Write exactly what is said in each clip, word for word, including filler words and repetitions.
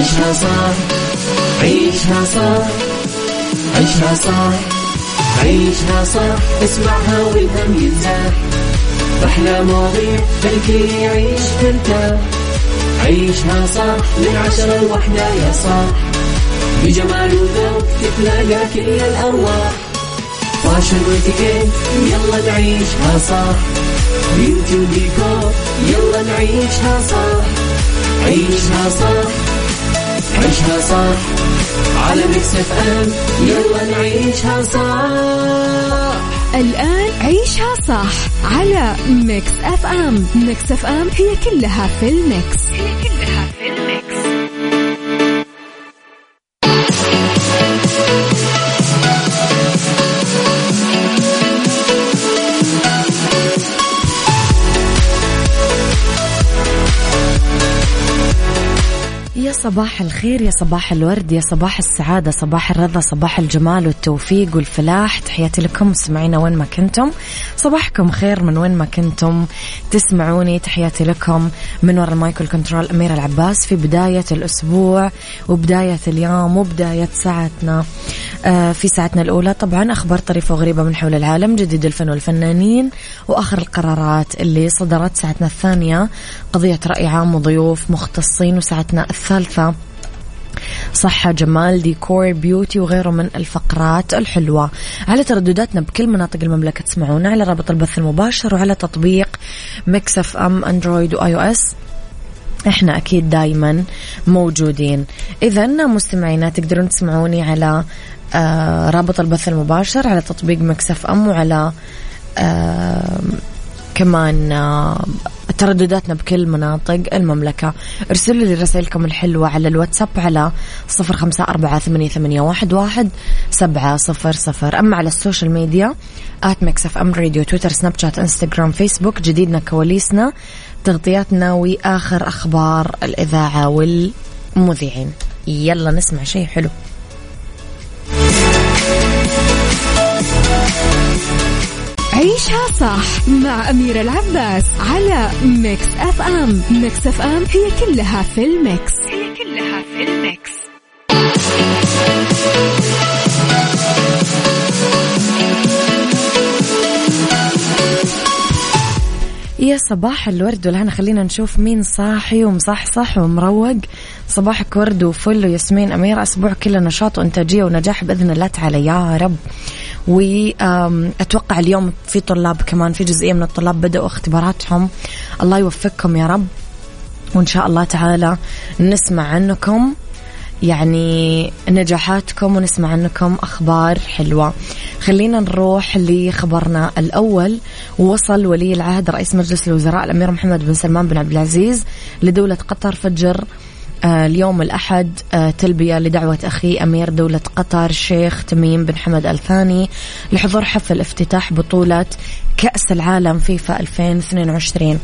عيشها صح عيشها صح عيشها صح عيشها صح اسمعها والهم ينزاح أحلى مواضيع خلي يعيش ترتاح عيشها صح من عشرة لوحدة يا صاح بجمال وذوق تتلاقى كل الأرواح فاشل واتيكيت يلا نعيشها صح بيوتي وديكور يلا نعيشها صح عيشها صح عيشها صح على ميكس اف ام يلا نعيشها صح. الآن عيشها صح على ميكس اف ام. ميكس اف ام هي كلها في الميكس هي كلها في الميكس. يا صباح الخير، يا صباح الورد، يا صباح السعادة، صباح الرضا، صباح الجمال والتوفيق والفلاح. تحياتي لكم سمعينا وين ما كنتم، صباحكم خير من وين ما كنتم تسمعوني. تحياتي لكم من وراء المايك والكنترول أميرة العباس في بداية الأسبوع وبداية اليوم وبداية ساعتنا. آه في ساعتنا الأولى طبعا أخبار طريفة وغريبة من حول العالم، جديد الفن والفنانين وآخر القرارات اللي صدرت. ساعتنا الثانية قضية رأي عام وضيوف مختصين. وساعتنا الثالثة صحة، جمال، ديكور، بيوتي وغيره من الفقرات الحلوة. على تردداتنا بكل مناطق المملكة تسمعونا على رابط البث المباشر وعلى تطبيق ميكس اف ام اندرويد واي او اس. احنا اكيد دايما موجودين. اذا مستمعينا تقدرون تسمعوني على آه رابط البث المباشر على تطبيق ميكس اف ام وعلى آه كمان آه تردداتنا بكل مناطق المملكة. ارسلوا لي رسائلكم الحلوة على الواتساب على صفر خمسة أربعة ثمانية ثمانية واحد واحد سبعة صفر صفر. أما على السوشيال ميديا آت ميكس اف ام راديو، تويتر، سناب شات، انستغرام، فيسبوك. جديدنا، كواليسنا، تغطياتنا وآخر أخبار الإذاعة والمذيعين. يلا نسمع شيء حلو. عيشها صح مع أميرة العباس على ميكس اف ام. ميكس اف ام هي كلها في الميكس هي كلها في الميكس. يا صباح الورد والهنا، خلينا نشوف مين صاحي ومصحصح ومروق. صباحك ورد وفل وياسمين أميرة، أسبوع كله نشاط وإنتاجية ونجاح بإذن الله تعالى يا رب. وأتوقع اليوم في طلاب كمان، في جزئية من الطلاب بدأوا اختباراتهم، الله يوفقكم يا رب، وإن شاء الله تعالى نسمع عنكم يعني نجاحاتكم ونسمع عنكم أخبار حلوة. خلينا نروح لخبرنا الأول. وصل ولي العهد رئيس مجلس الوزراء الأمير محمد بن سلمان بن عبد العزيز لدولة قطر فجر آه اليوم الأحد آه تلبية لدعوة أخي أمير دولة قطر الشيخ تميم بن حمد آل ثاني لحضور حفل افتتاح بطولة كأس العالم فيفا ألفين واثنين وعشرين.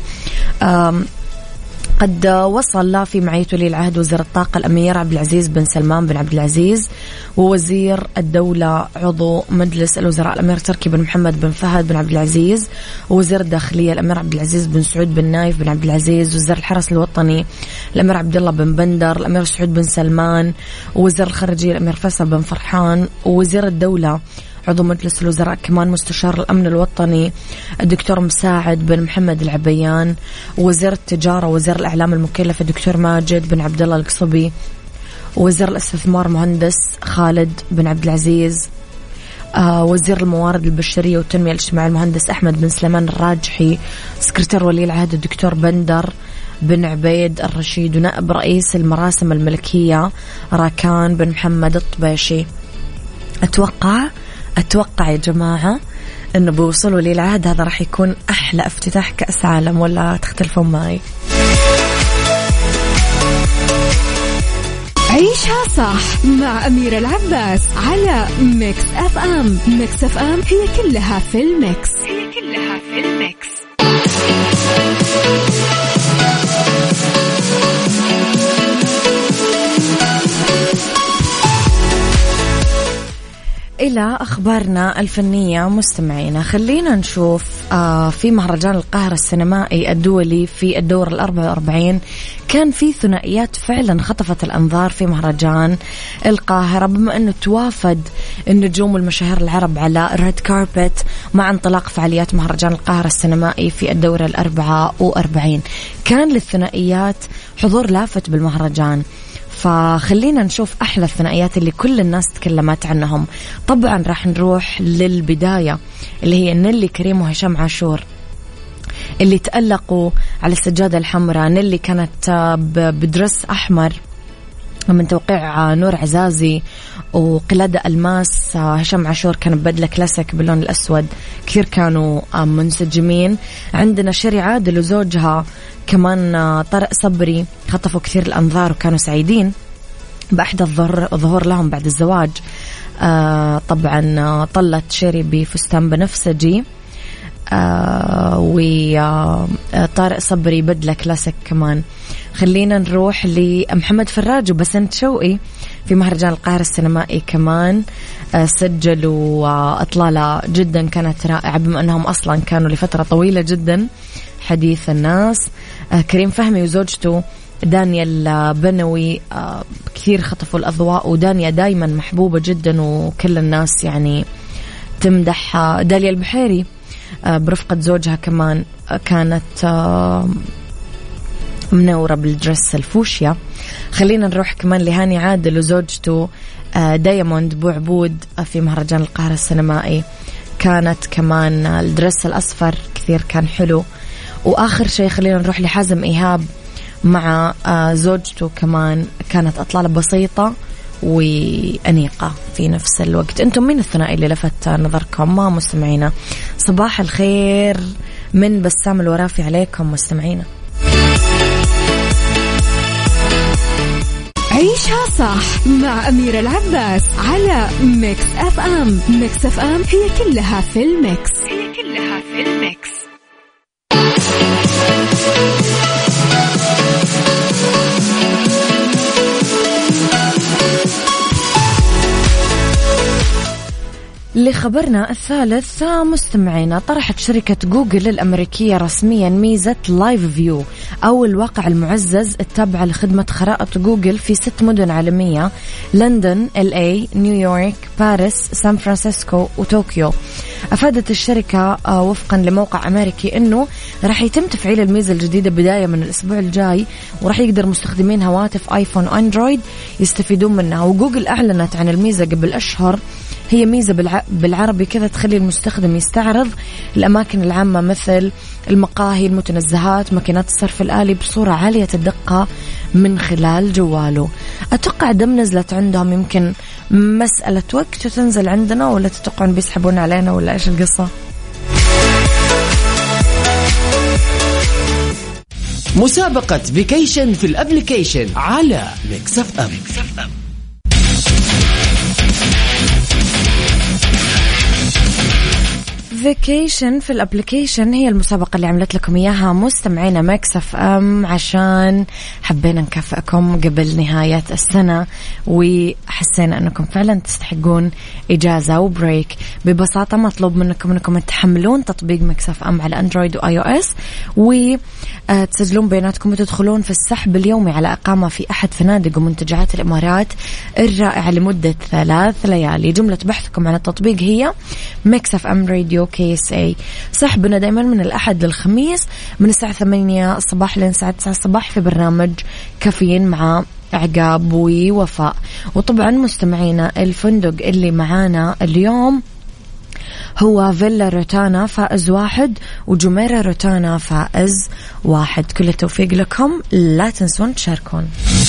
قد وصل في معية ولي العهد وزير الطاقة الأمير عبد العزيز بن سلمان بن عبد العزيز، ووزير الدولة عضو مجلس الوزراء الأمير تركي بن محمد بن فهد بن عبد العزيز، ووزير الداخلية الأمير عبد العزيز بن سعود بن نايف بن عبد العزيز، وزير الحرس الوطني الأمير عبد الله بن بندر، الأمير سعود بن سلمان، ووزير الخارجية الأمير فيصل بن فرحان، ووزير الدولة عضو مجلس الوزراء كمان مستشار الأمن الوطني الدكتور مساعد بن محمد العبيان، ووزير التجارة ووزير الإعلام المكلف الدكتور ماجد بن عبد الله القصبي، ووزير الاستثمار مهندس خالد بن عبد العزيز، آه وزير الموارد البشرية والتنمية الاجتماعية المهندس أحمد بن سليمان الراجحي، سكرتير ولي العهد الدكتور بندر بن عبيد الرشيد، ونائب رئيس المراسم الملكية راكان بن محمد الطبيشي. أتوقع أتوقع يا جماعة إنه بوصلوا لي العهد هذا راح يكون أحلى افتتاح كأس عالم، ولا تختلفون معي؟ عيشها صح مع أميرة العباس على ميكس أف أم. ميكس أف أم هي كلها في الميكس هي كلها في الميكس. إلى أخبارنا الفنية مستمعينا. خلينا نشوف آه في مهرجان القاهرة السينمائي الدولي في الدور الأربع وأربعين كان في ثنائيات فعلا خطفت الأنظار في مهرجان القاهرة، بما أنه توافد النجوم والمشاهير العرب على ريد كاربت مع انطلاق فعاليات مهرجان القاهرة السينمائي في الدورة الأربعة وأربعين. كان للثنائيات حضور لافت بالمهرجان، فخلينا نشوف أحلى الثنائيات اللي كل الناس تكلمت عنهم. طبعا راح نروح للبداية اللي هي نيلي كريم وهشام عاشور اللي تألقوا على السجادة الحمراء. نيلي كانت بدرس أحمر من توقيع نور عزازي وقلادة ألماس. هشام عاشور كان ببدلة كلاسيك باللون الأسود، كثير كانوا منسجمين. عندنا شيري عادل وزوجها كمان طارق صبري خطفوا كثير الأنظار وكانوا سعيدين بأحدى الظهور لهم بعد الزواج. آه طبعا طلت شيري بفستان بنفسجي، آه وطارق صبري بدلة كلاسيك كمان. خلينا نروح لمحمد فراج وبسنت شوقي في مهرجان القاهرة السينمائي كمان. آه سجلوا آه أطلالة جدا كانت رائعة، بما أنهم أصلا كانوا لفترة طويلة جدا حديث الناس. آه كريم فهمي وزوجته دانيال بنوي آه كثير خطفوا الأضواء، ودانيا دايما محبوبة جدا وكل الناس يعني تمدح. آه داليا البحيري آه برفقة زوجها كمان آه كانت آه منورة بالدرس الفوشيا. خلينا نروح كمان لهاني عادل وزوجته آه دايموند بوعبود آه في مهرجان القاهرة السينمائي، كانت كمان آه الدرس الأصفر كثير كان حلو. وآخر شيء خلينا نروح لحازم إيهاب مع آه زوجته كمان، كانت أطلالة بسيطة وأنيقة في نفس الوقت. أنتم مين الثنائي اللي لفت نظركم؟ ما مستمعينا صباح الخير من بسام الورافي عليكم مستمعينا. عيشها صح مع أميرة العباس على ميكس أف أم. ميكس أف أم هي كلها في الميكس، هي كلها في الميكس. لخبرنا الثالث مستمعينا، طرحت شركة جوجل الأمريكية رسميا ميزة لايف فيو أو الواقع المعزز التابعة لخدمة خرائط جوجل في ست مدن عالمية: لندن، إل إيه، نيويورك، باريس، سان فرانسيسكو وطوكيو. أفادت الشركة وفقا لموقع أمريكي أنه راح يتم تفعيل الميزة الجديدة بداية من الأسبوع الجاي، وراح يقدر مستخدمين هواتف آيفون وأندرويد يستفيدون منها. وجوجل أعلنت عن الميزة قبل أشهر. هي ميزة بالعربي كذا تخلي المستخدم يستعرض الأماكن العامة مثل المقاهي، المتنزهات، ماكينات الصرف الآلي بصورة عالية الدقة من خلال جواله. أتوقع دم نزلت عندهم يمكن مسألة وقت وتنزل عندنا، ولا تتوقعون بيسحبون علينا ولا إيش القصة؟ مسابقة فيكيشن في الابليكيشن على ميكس أف أم. فيكيشن في الابليكيشن هي المسابقة اللي عملت لكم إياها مستمعينا ميكس أف أم عشان حبينا نكافئكم قبل نهاية السنة، وحسينا أنكم فعلا تستحقون إجازة وبريك. ببساطة مطلوب منكم أنكم تحملون تطبيق ميكس أف أم على أندرويد وآي أو إس وتسجلون بياناتكم وتدخلون في السحب اليومي على إقامة في أحد فنادق ومنتجعات الإمارات الرائعة لمدة ثلاث ليالي. جملة بحثكم عن التطبيق هي ميكس أف أم راديو كي اس اي. سحبنا دائما من الأحد للخميس من الساعة ثمانية الصباح لين الساعة تسعة الصباح في برنامج كافيين مع عقاب ووفاء. وطبعا مستمعينا الفندق اللي معانا اليوم هو فيلا روتانا فائز واحد وجميرة روتانا فائز واحد. كل التوفيق لكم، لا تنسون تشاركون.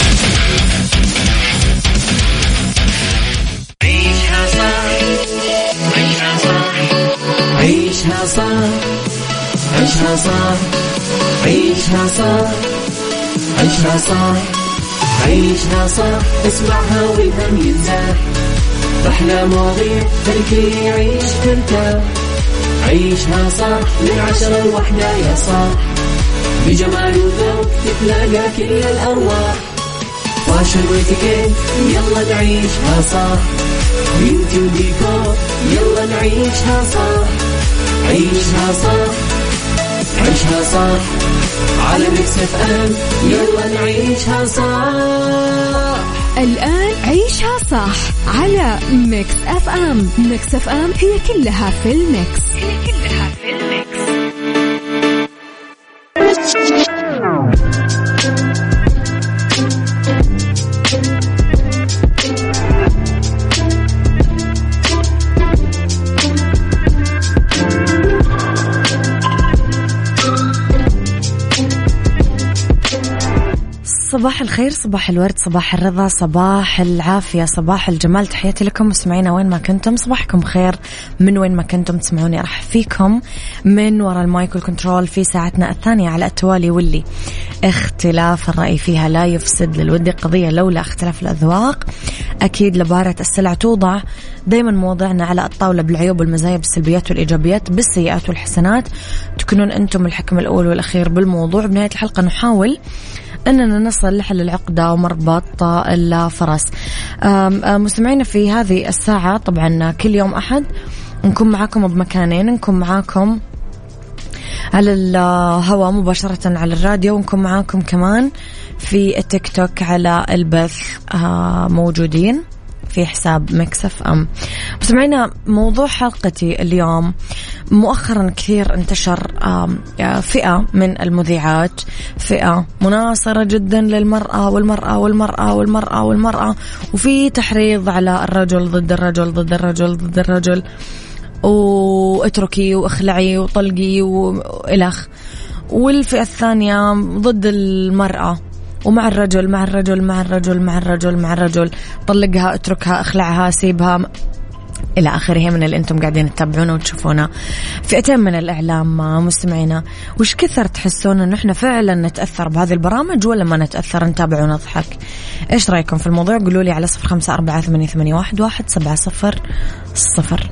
عيشها صح عيشها صح عيشها صح عيشها صح عيشها صح عيشها صح عيشها صح اسمعها والهم ينزاح، أحلى مواضيع خليك يعيش ترتاح. عيشها صح من عشرة لوحدة يا صاح، بجمال وذوق تتلاقى كل الأرواح. فاشل واتيكيت يلا نعيشها صح، بيوتي وديكور. يلا نعيشها صح، عيشها صح، عيشها صح على ميكس اف ام. يلا نعيشها صح. الآن عيشها صح على ميكس اف ام. ميكس اف ام هي كلها في الميكس، هي كلها في الميكس. صباح الخير، صباح الورد، صباح الرضا، صباح العافية، صباح الجمال. تحياتي لكم مستمعينا وين ما كنتم، صباحكم خير من وين ما كنتم تسمعوني. راح فيكم من وراء المايك والكنترول في ساعتنا الثانية على التوالي، واللي اختلاف الرأي فيها لا يفسد للود قضية. لولا اختلاف الأذواق أكيد لبارة السلع توضع. دايما مواضعنا على الطاولة بالعيوب والمزايا، بالسلبيات والإيجابيات، بالسيئات والحسنات. تكونون أنتم الحكم الأول والأخير بالموضوع. بنهاية الحلقة نحاول أننا نصل لحل العقدة ومربط الفرس. مستمعينا في هذه الساعة طبعا كل يوم أحد نكون معاكم بمكانين، نكون معاكم على الهواء مباشرة على الراديو، ونكون معاكم كمان في التيك توك على البث موجودين في حساب ميكس اف ام. مستمعينا موضوع حلقتي اليوم، مؤخرا كثير انتشر فئة من المذيعات، فئة مناصرة جدا للمرأة والمرأة والمرأة والمرأة والمرأة، وفي تحريض على الرجل ضد الرجل ضد الرجل ضد الرجل، واتركي واخلعي وطلقي وإلخ. والفئة الثانية ضد المرأة ومع الرجل مع الرجل مع الرجل مع الرجل مع الرجل، طلقها، اتركها، اخلعها، سيبها، إلى آخره من اللي أنتم قاعدين تتابعونه وتشوفونه. فئتين من الإعلام مستمعينا، وش كثر تحسون أنه إحنا فعلا نتأثر بهذه البرامج ولا ما نتأثر، نتابع ونضحك؟ إيش رأيكم في الموضوع؟ قولوا لي على صفر خمسة أربعة ثمانية ثمانية واحد واحد سبعة صفر صفر.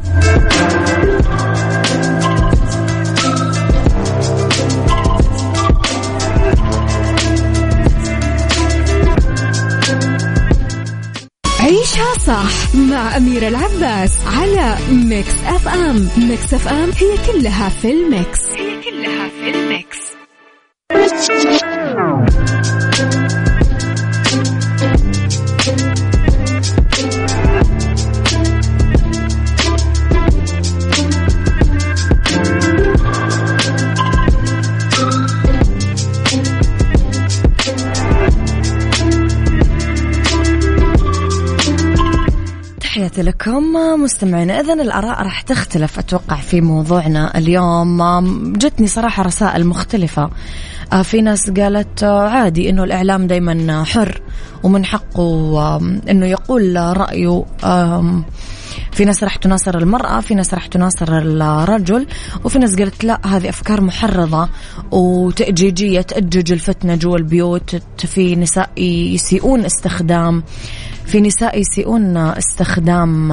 عيشها صح مع أميرة العباس على ميكس اف ام. ميكس اف ام هي كلها في الميكس، هي كلها في الميكس. تحياتي لكم مستمعينا. إذن الآراء راح تختلف أتوقع في موضوعنا اليوم. جتني صراحة رسائل مختلفة. في ناس قالت عادي إنه الإعلام دايما حر ومن حقه إنه يقول رأيه. في ناس راح تناصر المرأة، في ناس راح تناصر الرجل، وفي ناس قالت لا هذه أفكار محرضة وتأجيجية، تأجج الفتنة جوا البيوت. في نساء يسيئون استخدام في نساء يسيئون استخدام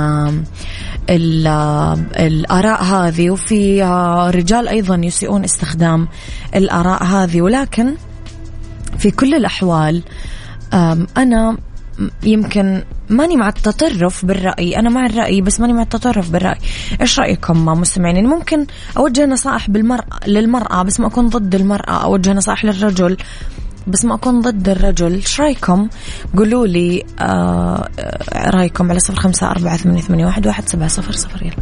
الآراء هذه، وفي رجال أيضا يسيئون استخدام الآراء هذه. ولكن في كل الأحوال أنا يمكن ماني مع التطرف بالرأي، أنا مع الرأي بس ماني مع التطرف بالرأي. إيش رأيكم مستمعين؟ ممكن أوجه نصائح بالمرأة للمرأة بس ما أكون ضد المرأة، أوجه نصائح للرجل بس ما أكون ضد الرجل. إيش رأيكم؟ قولوا لي آه رأيكم على صفر خمسة أربعة ثمانية ثمانية واحد واحد سبعة صفر صفر. يلا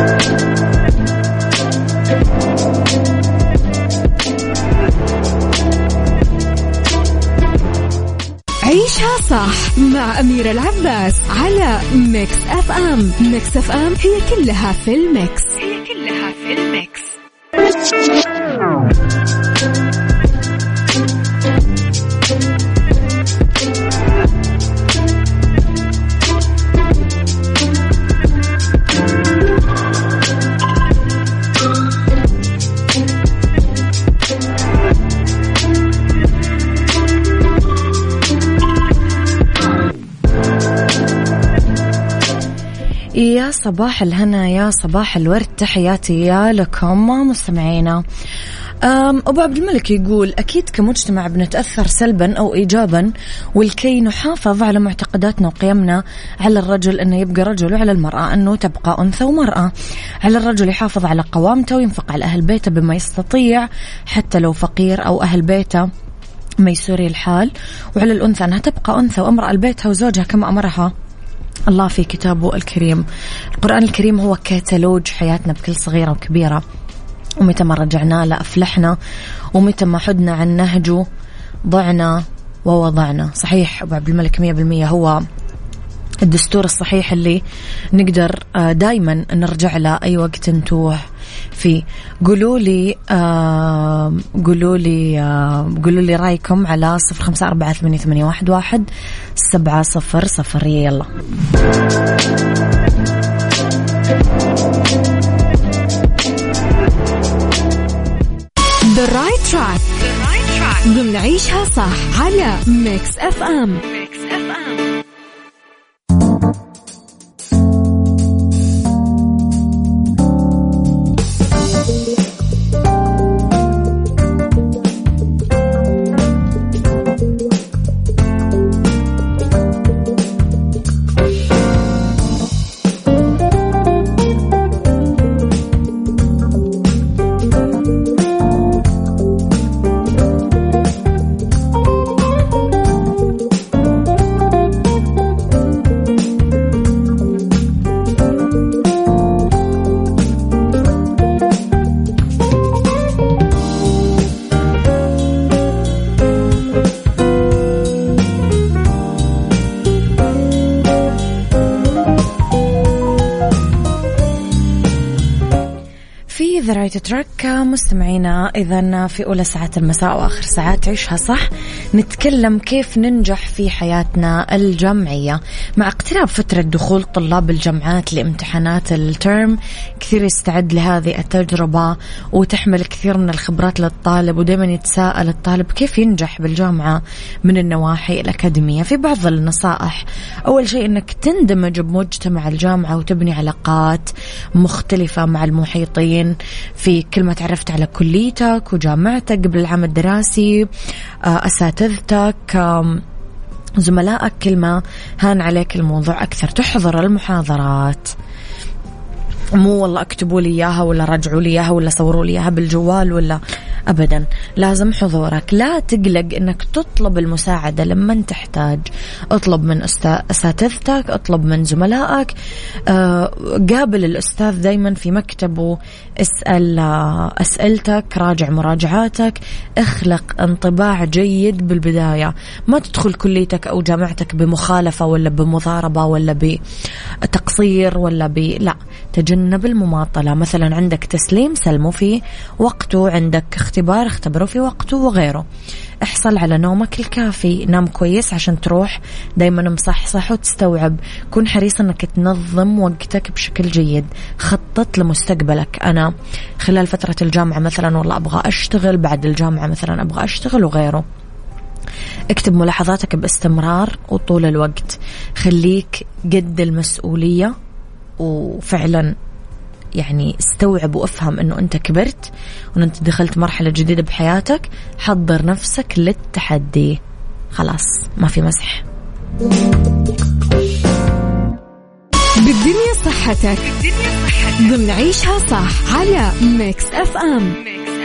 عيشها صح مع أميرة العباس على ميكس اف ام. ميكس اف ام هي كلها في الميكس، هي كلها في الميكس. يا صباح الهنا، يا صباح الورد، تحياتي يا لكم مستمعينا. أبو عبد الملك يقول أكيد كمجتمع بنتأثر سلبا أو إيجابا، والكي نحافظ على معتقداتنا وقيمنا، على الرجل أنه يبقى رجل، وعلى المرأة أنه تبقى أنثى ومرأة. على الرجل يحافظ على قوامته وينفق على أهل بيته بما يستطيع حتى لو فقير أو أهل بيته ميسوري الحال، وعلى الأنثى أنها تبقى أنثى وامرأة لبيتها وزوجها كما أمرها الله في كتابه الكريم. القرآن الكريم هو كتالوج حياتنا بكل صغيرة وكبيرة، ومتى ما رجعنا له أفلحنا، ومتى ما حدنا عن نهجه ضعنا ووضعنا. صحيح أبو عبد الملك مية بالمية هو الدستور الصحيح اللي نقدر دايما نرجع له أي وقت نتوه فيه. قولوا لي آه قولوا لي آه قولوا لي رأيكم على صفر خمسة أربعة ثمانية ثمانية واحد واحد سبعة صفر صفر. يلا The right track ضمن عيشها صح على ميكس اف ام. ذراعي تترك مستمعينا. إذن في أولى ساعات المساء وآخر ساعات عيشها صح نتكلم كيف ننجح في حياتنا الجامعية. مع اقتراب فترة دخول طلاب الجامعات لامتحانات الترم، كثير يستعد لهذه التجربة وتحمل كثير من الخبرات للطالب، ودائما يتساءل الطالب كيف ينجح بالجامعة من النواحي الأكاديمية. في بعض النصائح، أول شيء أنك تندمج بمجتمع الجامعة وتبني علاقات مختلفة مع المحيطين، في كل ما تعرفت على كليتك وجامعتك قبل العام الدراسي، أساتذتك، زملائك، كل ما هان عليك الموضوع أكثر. تحضر المحاضرات، مو والله اكتبوا لي إياها ولا رجعوا لي إياها ولا صوروا لي إياها بالجوال ولا أبدا، لازم حضورك. لا تقلق إنك تطلب المساعدة لما تحتاج، اطلب من أساتذتك، اطلب من زملائك، أه قابل الأستاذ دايما في مكتبه، اسأل أسئلتك، راجع مراجعاتك، اخلق انطباع جيد بالبداية. ما تدخل كليتك أو جامعتك بمخالفة ولا بمضاربة ولا بتقصير ولا ب لا، تجنب المماطلة. مثلا عندك تسليم سلمه في وقته، عندك اختبار اختبره في وقته وغيره. احصل على نومك الكافي، نام كويس عشان تروح دايما مصحصح وتستوعب. كن حريص انك تنظم وقتك بشكل جيد. خطط لمستقبلك. انا خلال فترة الجامعة مثلا والله ابغى اشتغل، بعد الجامعة مثلا ابغى اشتغل وغيره. اكتب ملاحظاتك باستمرار وطول الوقت. خليك قد المسؤولية، وفعلا يعني استوعب وافهم انه انت كبرت وان انت دخلت مرحلة جديدة بحياتك. حضر نفسك للتحدي، خلاص ما في مسح. بالدنيا صحتك ضمن عيشها صح على ميكس اف ام.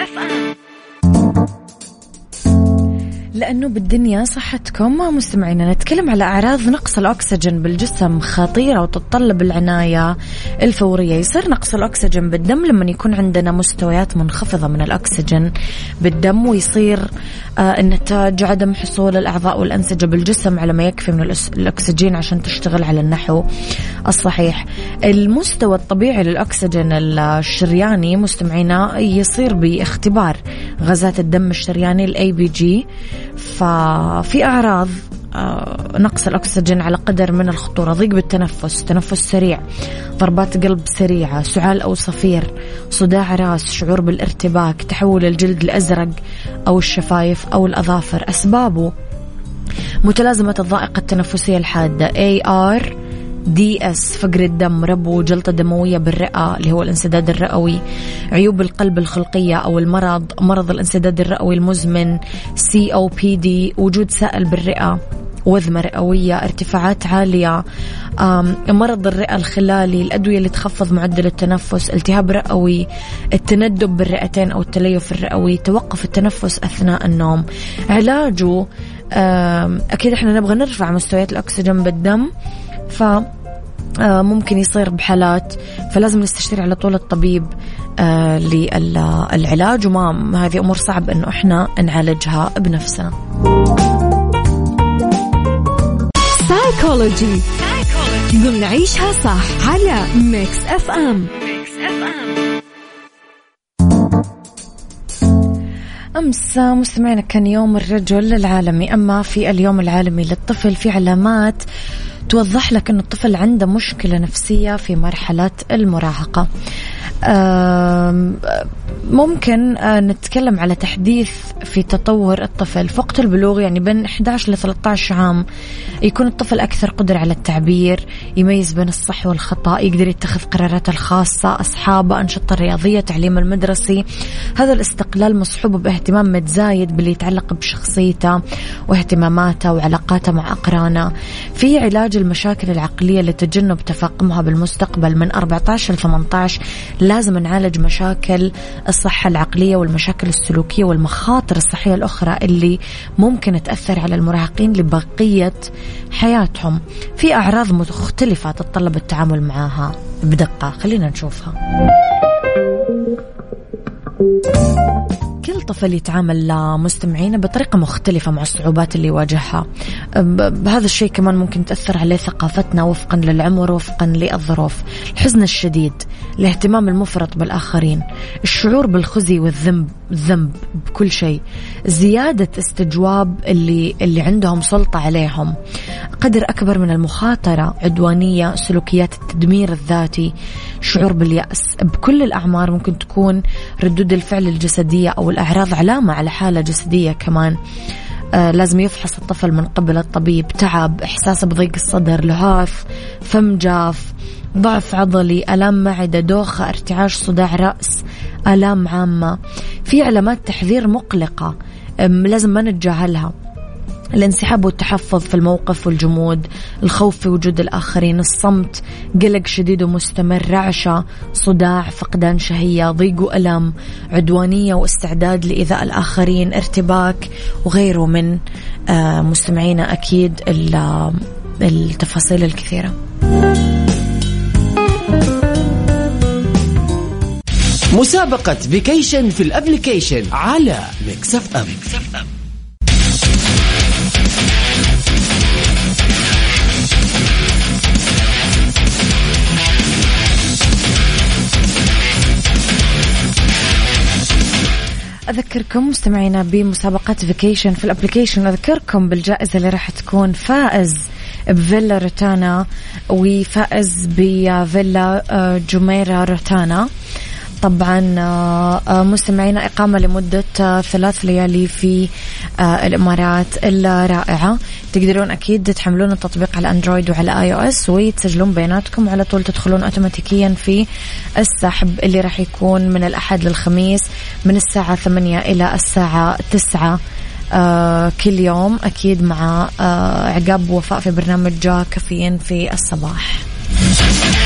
لأنه بالدنيا صحتكم مستمعينا. نتكلم على أعراض نقص الأكسجين بالجسم، خطيرة وتتطلب العناية الفورية. يصير نقص الأكسجين بالدم لما يكون عندنا مستويات منخفضة من الأكسجين بالدم، ويصير آه النتاج عدم حصول الأعضاء والأنسجة بالجسم على ما يكفي من الأكسجين عشان تشتغل على النحو الصحيح. المستوى الطبيعي للأكسجين الشرياني مستمعينا يصير باختبار غازات الدم الشرياني ال إيه بي جي. ففي أعراض نقص الأكسجين على قدر من الخطورة: ضيق بالتنفس، تنفس سريع، ضربات قلب سريعة، سعال أو صفير، صداع رأس، شعور بالارتباك، تحول الجلد الأزرق أو الشفايف أو الأظافر. أسبابه: متلازمة الضائقة التنفسية الحادة إيه آر دي اس فقر الدم، ربو، جلطة دموية بالرئة اللي هو الانسداد الرئوي، عيوب القلب الخلقية أو المرض، مرض الانسداد الرئوي المزمن، سي أو بي دي، وجود سائل بالرئة، وذمة رئوية، ارتفاعات عالية، مرض الرئة الخلالي، الأدوية اللي تخفض معدل التنفس، التهاب رئوي، التندب بالرئتين أو التليف الرئوي، توقف التنفس أثناء النوم. علاجه أكيد إحنا نبغى نرفع مستويات الأكسجين بالدم، فممكن يصير بحالات فلازم نستشير على طول الطبيب للعلاج، وما هذه أمور صعب إنه إحنا نعالجها بنفسنا. سايكولوجي ضمن عيشها صح على ميكس اف ام. أمس مستمعينا كان يوم الرجل العالمي، أما في اليوم العالمي للطفل في علامات توضح لك أن الطفل عنده مشكلة نفسية في مرحلة المراهقة. ممكن نتكلم على تحديث في تطور الطفل في وقت البلوغ، يعني بين إحدى عشر إلى ثلاثة عشر عام يكون الطفل أكثر قدرة على التعبير، يميز بين الصح والخطأ، يقدر يتخذ قراراته الخاصة، أصحابه، أنشطة الرياضية، تعليم المدرسي. هذا الاستقلال مصحوب باهتمام متزايد باللي يتعلق بشخصيته واهتماماته وعلاقاته مع أقرانه. في علاج المشاكل العقلية لتجنب تفاقمها بالمستقبل من أربعة عشر إلى ثمانية عشر لازم نعالج مشاكل الصحة العقلية والمشاكل السلوكية والمخاطر الصحية الأخرى اللي ممكن تأثر على المراهقين لبقية حياتهم. في أعراض مختلفة تتطلب التعامل معها بدقة، خلينا نشوفها. كل طفل يتعامل مستمعين بطريقة مختلفة مع الصعوبات اللي يواجهها. بهذا الشيء كمان ممكن تأثر عليه ثقافتنا وفقا للعمر وفقا للظروف. الحزن الشديد، الاهتمام المفرط بالآخرين، الشعور بالخزي والذنب الذنب بكل شيء، زيادة استجواب اللي اللي عندهم سلطة عليهم، قدر أكبر من المخاطرة، عدوانية، سلوكيات التدمير الذاتي، شعور باليأس. بكل الأعمار ممكن تكون ردود الفعل الجسدية أو الأعراض علامة على حالة جسدية كمان. آه لازم يفحص الطفل من قبل الطبيب. تعب، إحساس بضيق الصدر، لهاث، فم جاف، ضعف عضلي، آلام معدة، دوخة، ارتعاش، صداع رأس، آلام عامة. في علامات تحذير مقلقة لازم ما نتجاهلها: الانسحاب والتحفظ في الموقف والجمود، الخوف في وجود الآخرين، الصمت، قلق شديد ومستمر، رعشة، صداع، فقدان شهية، ضيق وألم، عدوانية واستعداد لإيذاء الآخرين، ارتباك وغيره من آه مستمعينا أكيد التفاصيل الكثيرة. مسابقة فيكيشن في الابليكيشن على ميكس اف ام. أذكركم مستمعينا بمسابقة فيكيشن في الابليكيشن، أذكركم بالجائزة اللي راح تكون فائز بفيلا روتانا وفائز بفيلا جميرة روتانا. طبعا مستمعينا إقامة لمدة ثلاث ليالي في الإمارات الرائعة. تقدرون أكيد تحملون التطبيق على أندرويد وعلى آي أو إس وتسجلون بياناتكم على طول، تدخلون أوتوماتيكيا في السحب اللي راح يكون من الأحد للخميس من الساعة ثمانية إلى الساعة تسعة آه كل يوم، أكيد مع آه عقاب وفاء في برنامج كافيين في الصباح.